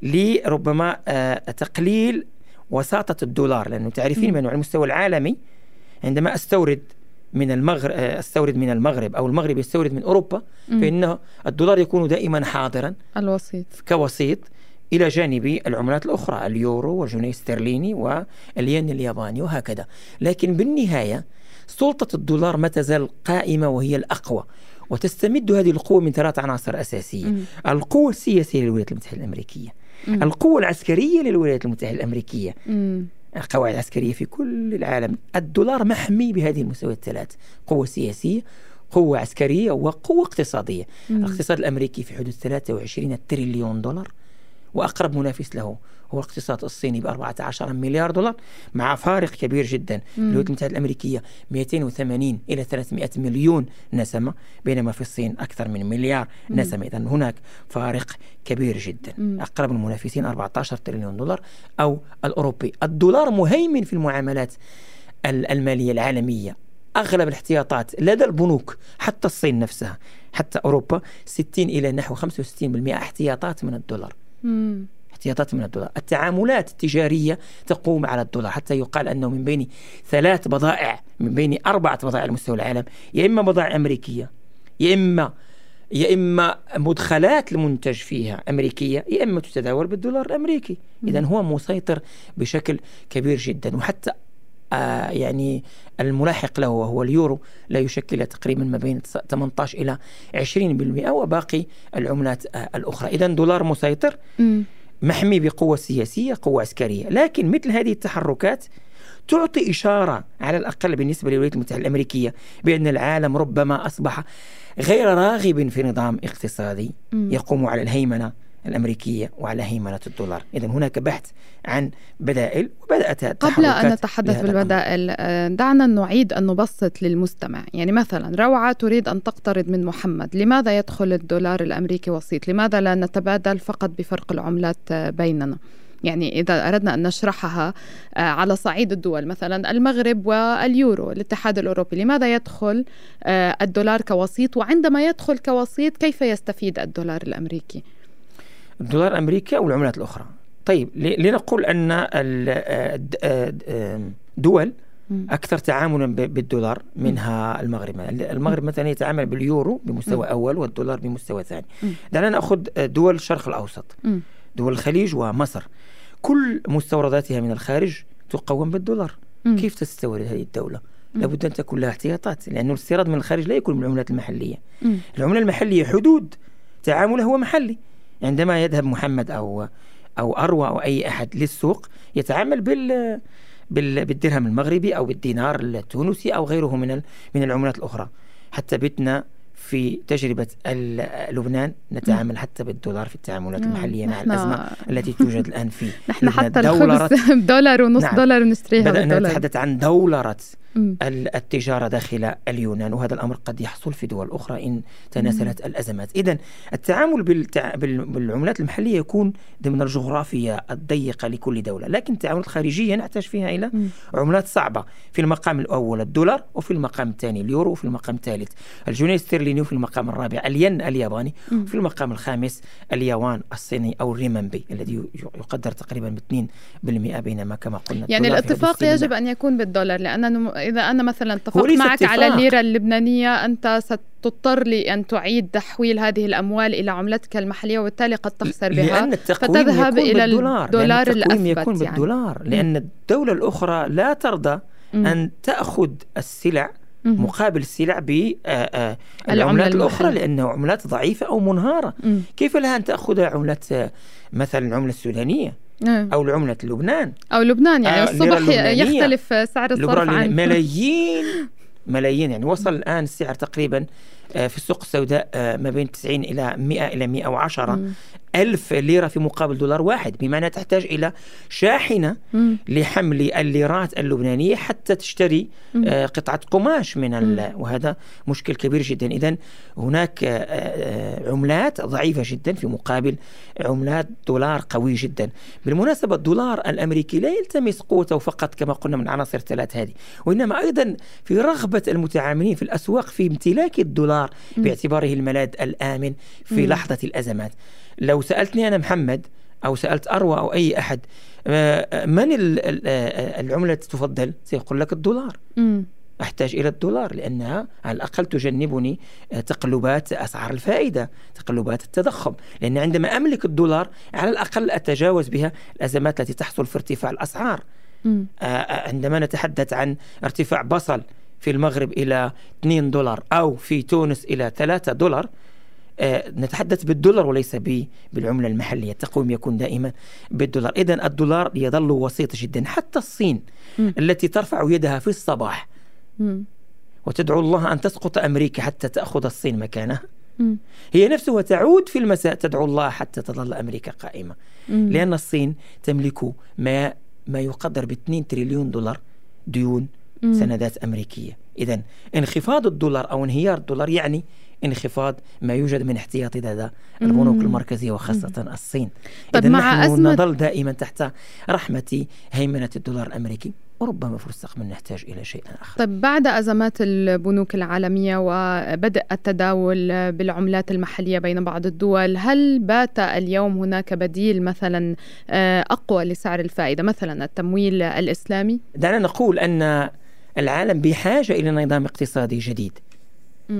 لربما آه تقليل وساطة الدولار، لأنه تعرفين بأنه على المستوى العالمي عندما أستورد من المغرب استورد من المغرب او المغرب يستورد من اوروبا، م. فإن الدولار يكون دائما حاضرا الوسيط كوسيط الى جانب العملات الاخرى، اليورو والجنيه الاسترليني والين الياباني وهكذا. لكن بالنهايه سلطه الدولار ما تزال قائمه وهي الاقوى، وتستمد هذه القوه من ثلاث عناصر اساسيه: م. القوه السياسيه للولايات المتحده الامريكيه، م. القوه العسكريه للولايات المتحده الامريكيه، م. قواعد عسكرية في كل العالم. الدولار محمي بهذه المستويات الثلاث: قوة سياسية، قوة عسكرية، وقوة اقتصادية. مم. الاقتصاد الأمريكي في حدود ثلاثة وعشرين تريليون دولار، وأقرب منافس له هو الاقتصاد الصيني ب أربعة عشر مليار دولار، مع فارق كبير جدا. الولايات المتحدة الأمريكية مئتين وثمانين إلى ثلاثمئة مليون نسمة، بينما في الصين أكثر من مليار مم. نسمة. إذن هناك فارق كبير جدا. مم. أقرب المنافسين أربعة عشر تريليون دولار أو الأوروبي. الدولار مهيمن في المعاملات المالية العالمية. أغلب الاحتياطات لدى البنوك، حتى الصين نفسها، حتى أوروبا، ستين إلى نحو خمسة وستين بالمئة احتياطات من الدولار. مم. احتياطات من الدولار. التعاملات التجارية تقوم على الدولار، حتى يقال أنه من بين ثلاث بضائع من بين أربعة بضائع على مستوى العالم يا إما بضائع أمريكية، يا إما يا إما مدخلات المنتج فيها أمريكية، يا إما تتداول بالدولار الأمريكي. إذن هو مسيطر بشكل كبير جدا. وحتى آه يعني الملاحق له وهو اليورو لا يشكل تقريبا ما بين ثمانية عشر إلى عشرين بالمئة، وباقي العملات آه الأخرى. إذن دولار مسيطر، م. محمي بقوة سياسية، قوة عسكرية. لكن مثل هذه التحركات تعطي إشارة على الأقل بالنسبة للولايات المتحدة الأمريكية بأن العالم ربما أصبح غير راغب في نظام اقتصادي م. يقوم على الهيمنة الأمريكية وعلى هيمنة الدولار. إذن هناك بحث عن بدائل، وبدأت قبل أن نتحدث بالبدائل دعنا نعيد أن نبسط للمستمع. يعني مثلا روعة تريد أن تقترض من محمد، لماذا يدخل الدولار الأمريكي وسيط؟ لماذا لا نتبادل فقط بفرق العملات بيننا؟ يعني إذا أردنا أن نشرحها على صعيد الدول، مثلا المغرب واليورو، الاتحاد الأوروبي، لماذا يدخل الدولار كوسيط؟ وعندما يدخل كوسيط كيف يستفيد الدولار الأمريكي؟ الدولار الأمريكي أو العملات الأخرى. طيب لنقول أن الدول أكثر تعاملا بالدولار منها المغرب. المغرب مثلا يتعامل باليورو بمستوى أول والدولار بمستوى ثاني. دعنا نأخذ دول الشرق الأوسط، دول الخليج ومصر، كل مستورداتها من الخارج تقوم بالدولار. م. كيف تستورد هذه الدولة؟ م. لابد أن تكون لها احتياطات، لأن الاستيراد من الخارج لا يكون بالعملات المحلية. م. العملة المحلية حدود تعامله هو محلي. عندما يذهب محمد أو أو أروى أو أي أحد للسوق يتعامل بال بالدرهم المغربي أو بالدينار التونسي أو غيره من من العملات الأخرى. حتى بتنا في تجربة لبنان نتعامل حتى بالدولار في التعاملات المحلية مع الأزمة التي توجد الآن في نحن حتى الخبز بدولار ونص نعم. دولار ونشتريها بدأنا بالدولار. نتحدث عن دولارة التجارة داخل اليونان، وهذا الأمر قد يحصل في دول أخرى إن تناسلت مم. الأزمات. إذن التعامل بالتع... بالعملات المحلية يكون ضمن الجغرافيا الضيقة لكل دولة، لكن التعاملات الخارجية نحتاج فيها إلى مم. عملات صعبة. في المقام الأول الدولار، وفي المقام الثاني اليورو، وفي المقام الثالث الجنيه الاسترليني، وفي المقام الرابع الين الياباني، مم. وفي المقام الخامس اليوان الصيني أو الريمنبي الذي يقدر تقريبا ب اثنين بالمئة، بينما كما قلنا يعني الاتفاق يجب أن يكون بالدولار، لأن إذا أنا مثلا اتفقت معك اتفاق. على الليرة اللبنانية، أنت ستضطر لأن تعيد تحويل هذه الأموال إلى عملتك المحلية، وبالتالي قد تخسر بها فتذهب إلى الدولار الأثبت. يكون يعني. بالدولار لأن الدولة الأخرى لا ترضى م. أن تأخذ السلع م. مقابل السلع بالعملات الأخرى، لأنها عملات ضعيفة أو منهارة. م. كيف لها أن تأخذ عملة مثلا العملة السودانية أو العملة لبنان أو لبنان يعني آه الصبح يختلف سعر الصرف عن ملايين ملايين يعني وصل الآن السعر تقريبا في السوق السوداء ما بين تسعين إلى مئة إلى مئة وعشرة م. ألف ليرة في مقابل دولار واحد، بمعنى تحتاج إلى شاحنة م. لحمل الليرات اللبنانية حتى تشتري م. قطعة قماش من ال... وهذا مشكل كبير جدا. إذن هناك عملات ضعيفة جدا في مقابل عملات دولار قوي جدا. بالمناسبة الدولار الأمريكي لا يلتمس قوته فقط كما قلنا من عناصر الثلاث هذه، وإنما أيضا في رغبة المتعاملين في الأسواق في امتلاك الدولار م. باعتباره الملاذ الآمن في م. لحظة الأزمات. لو سألتني أنا محمد أو سألت أروى أو أي أحد من العملة تفضل، سيقول لك الدولار. م. أحتاج إلى الدولار لأنها على الأقل تجنبني تقلبات أسعار الفائدة، تقلبات التضخم، لأن عندما أملك الدولار على الأقل أتجاوز بها الأزمات التي تحصل في ارتفاع الأسعار. م. عندما نتحدث عن ارتفاع بصل في المغرب إلى اثنين دولار أو في تونس إلى ثلاثة دولار، آه نتحدث بالدولار وليس بالعملة المحلية. التقويم يكون دائما بالدولار. إذن الدولار يظل وسيط جدا. حتى الصين م. التي ترفع يدها في الصباح م. وتدعو الله أن تسقط أمريكا حتى تأخذ الصين مكانها، م. هي نفسها تعود في المساء تدعو الله حتى تظل أمريكا قائمة، م. لأن الصين تملك ما ما يقدر باثنين تريليون دولار ديون م. سندات أمريكية. إذن انخفاض الدولار أو انهيار الدولار يعني انخفاض ما يوجد من احتياطي لدى البنوك المركزية وخاصة مم. الصين. إذن مع نحن أزمة... نظل دائما تحت رحمة هيمنة الدولار الأمريكي، وربما في المستقبل نحتاج إلى شيء آخر. طيب بعد أزمات البنوك العالمية وبدء التداول بالعملات المحلية بين بعض الدول، هل بات اليوم هناك بديل مثلا أقوى لسعر الفائدة، مثلا التمويل الإسلامي؟ دعنا نقول أن العالم بحاجة إلى نظام اقتصادي جديد. م.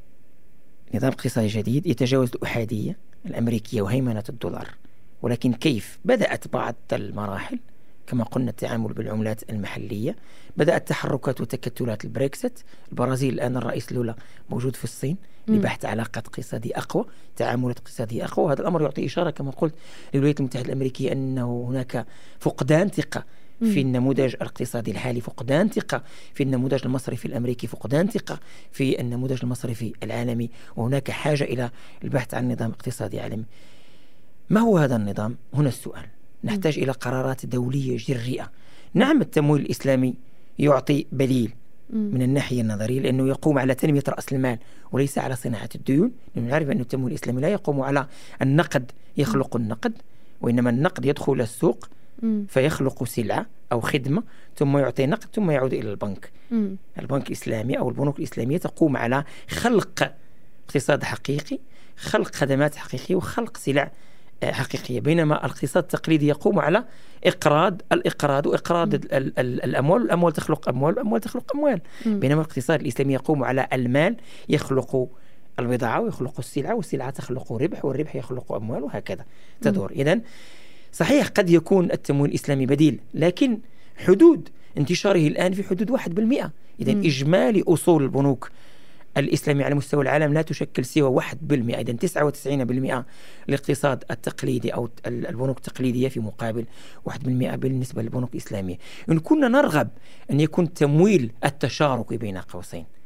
نظام اقتصادي جديد يتجاوز الأحادية الأمريكية وهيمنة الدولار. ولكن كيف؟ بدأت بعض المراحل كما قلنا التعامل بالعملات المحلية، بدأت تحركات وتكتلات البريكسيت. البرازيل الآن الرئيس لولا موجود في الصين لبحث علاقات اقتصادية أقوى، تعاملات اقتصادية أقوى. وهذا الأمر يعطي إشارة كما قلت للولايات المتحدة الأمريكية أنه هناك فقدان ثقة في النموذج الاقتصادي الحالي، فقدان ثقة في النموذج المصرفي الأمريكي، فقدان ثقة في النموذج المصرفي العالمي، وهناك حاجة إلى البحث عن نظام اقتصادي عالمي. ما هو هذا النظام؟ هنا السؤال. نحتاج إلى قرارات دولية جريئة. نعم التمويل الإسلامي يعطي بديل من الناحية النظرية لأنه يقوم على تنمية رأس المال وليس على صناعة الديون، لأنه نعرف أن التمويل الإسلامي لا يقوم على النقد يخلق النقد، وإنما النقد يدخل السوق فيخلق سلعة أو خدمة ثم يعطي نقد ثم يعود إلى البنك. م. البنك الإسلامي أو البنوك الإسلامية تقوم على خلق اقتصاد حقيقي، خلق خدمات حقيقية وخلق سلع حقيقية، بينما الاقتصاد التقليدي يقوم على إقراض الإقراض وإقراض ال ال ال الأموال، الأموال تخلق أموال، الأموال تخلق أموال. م. بينما الاقتصاد الإسلامي يقوم على المال يخلق البضاعة ويخلق السلعة، والسلعة تخلق ربح، والربح يخلق أموال، وهكذا تدور. إذن صحيح قد يكون التمويل الإسلامي بديل، لكن حدود انتشاره الآن في حدود واحد بالمئة. إذن إجمالي أصول البنوك الإسلامي على مستوى العالم لا تشكل سوى واحد بالمئة. إذن تسعة وتسعين بالمئة الاقتصاد التقليدي أو البنوك التقليدية في مقابل واحد بالمئة بالنسبة للبنوك الإسلامية. إن كنا نرغب أن يكون تمويل التشارك بين قوسين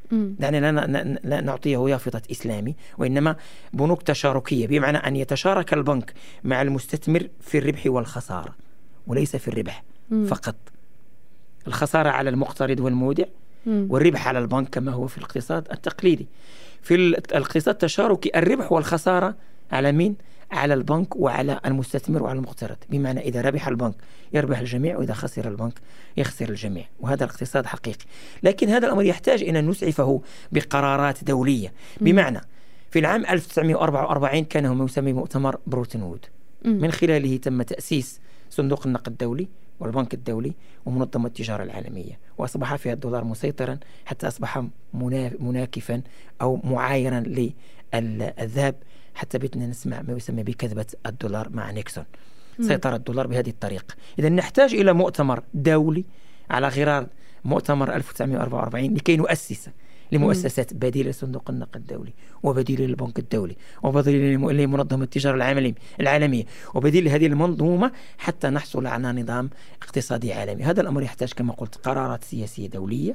يعني لا, لا نعطيه يافطة إسلامي، وإنما بنوك تشاركية، بمعنى أن يتشارك البنك مع المستثمر في الربح والخسارة وليس في الربح م. فقط. الخسارة على المقترض والمودع م. والربح على البنك كما هو في الاقتصاد التقليدي. في الاقتصاد التشاركي الربح والخسارة على مين؟ على البنك وعلى المستثمر وعلى المقترض، بمعنى إذا ربح البنك يربح الجميع، وإذا خسر البنك يخسر الجميع، وهذا الاقتصاد حقيقي. لكن هذا الأمر يحتاج إلى أن نسعفه بقرارات دولية، بمعنى في العام ألف وتسعمائة وأربعة وأربعين كان ما يسمى مؤتمر بروتون وود، من خلاله تم تأسيس صندوق النقد الدولي والبنك الدولي ومنظمة التجارة العالمية، وأصبح فيها الدولار مسيطرا حتى أصبح مناكفا أو معايرا للذهب، حتى بدنا نسمع ما يسمى بكذبة الدولار مع نيكسون. سيطر الدولار بهذه الطريقة. إذا نحتاج إلى مؤتمر دولي على غرار مؤتمر ألف وتسعمائة وأربعة وأربعين لكي نؤسس لمؤسسات بديلة لصندوق النقد الدولي، وبديلة للبنك الدولي، وبديلة لمنظمة التجارة العالمية، وبديلة لهذه المنظومة حتى نحصل على نظام اقتصادي عالمي. هذا الأمر يحتاج كما قلت قرارات سياسية دولية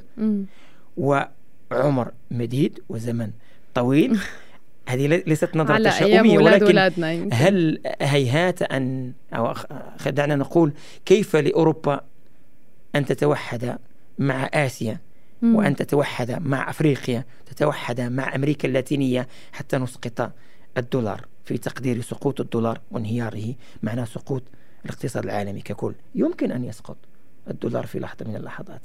وعمر مديد وزمن طويل. هذه ليست نظرة تشاؤمية، ولكن هل هيهات أن أو دعنا نقول كيف لأوروبا أن تتوحد مع آسيا مم. وأن تتوحد مع أفريقيا، تتوحد مع أمريكا اللاتينية حتى نسقط الدولار. في تقدير سقوط الدولار وانهياره معناه سقوط الاقتصاد العالمي ككل. يمكن أن يسقط الدولار في لحظة من اللحظات.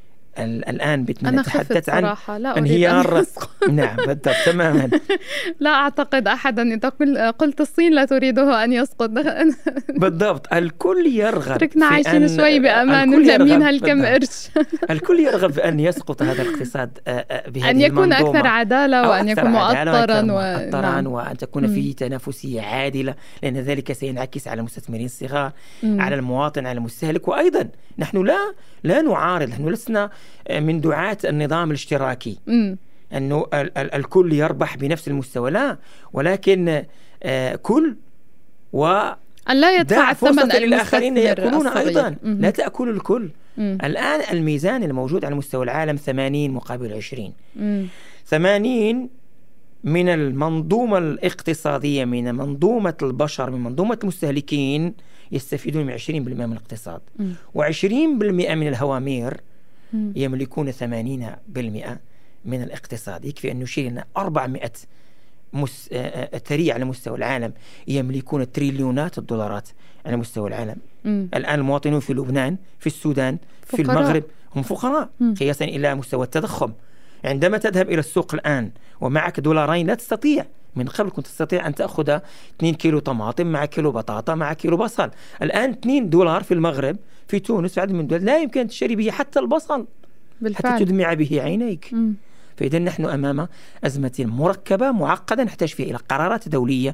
الآن بدنا نتحدث عن انهيار. نعم بالضبط تماما. لا أعتقد أحدا إذا قلت الصين لا تريده أن يسقط. بالضبط الكل يرغب. تركنا عايشين شوي بأمان ونلمين هالكم قرش. الكل يرغب في أن يسقط هذا الاقتصاد بهذه أن يكون أكثر عدالة وأن يكون مؤطرا و... وأن تكون فيه تنافسية عادلة، لأن ذلك سينعكس على المستثمرين الصغار، على المواطن، على المستهلك. وأيضا نحن لا لا نعارض، نحن لسنا من دعاة النظام الاشتراكي م. أنه ال- ال- الكل يربح بنفس المستوى، لا، ولكن آه كل و أن لا يدفع الثمن للآخرين يأكلون أيضا. م. لا تأكل الكل. م. الآن الميزان الموجود على مستوى العالم ثمانين مقابل عشرين. م. ثمانين من المنظومة الاقتصادية، من منظومة البشر، من منظومة المستهلكين يستفيدون من عشرين بالمئة من الاقتصاد، وعشرين بالمئة من الهوامير يملكون ثمانين بالمئة من الاقتصاد. يكفي أن نشير أن أربعمائة مس... ثري على مستوى العالم يملكون تريليونات الدولارات على مستوى العالم. م. الآن المواطنون في لبنان، في السودان، فقراء. في المغرب هم فقراء قياسا إلى مستوى التضخم. عندما تذهب إلى السوق الآن ومعك دولارين لا تستطيع. من قبل كنت تستطيع أن تأخذ اثنين كيلو طماطم مع كيلو بطاطا مع كيلو بصل. الآن اثنين دولار في المغرب، في تونس، في عدد من الدول لا يمكن أن تشتري به حتى البصل بالفعل. حتى تدمع به عينيك. م. فإذا نحن أمام أزمة مركبة معقدة نحتاج فيها إلى قرارات دولية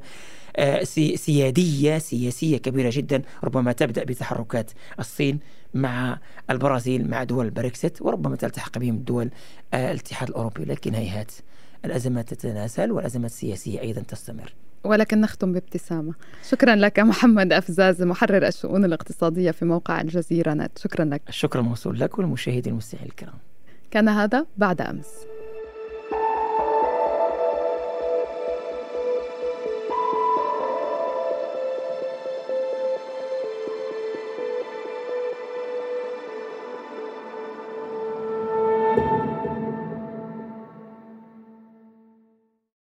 سيادية سياسية كبيرة جدا، ربما تبدأ بتحركات الصين مع البرازيل مع دول البريكسيت، وربما تلتحق بهم دول الاتحاد الأوروبي. لكن هيهات الأزمات تتناسل والأزمات السياسية أيضا تستمر. ولكن نختم بابتسامة. شكرا لك محمد أفزاز، محرر الشؤون الاقتصادية في موقع الجزيرة نت. شكرا لك. الشكر موصول لك والمشاهدين المستمعين الكرام. كان هذا بعد أمس.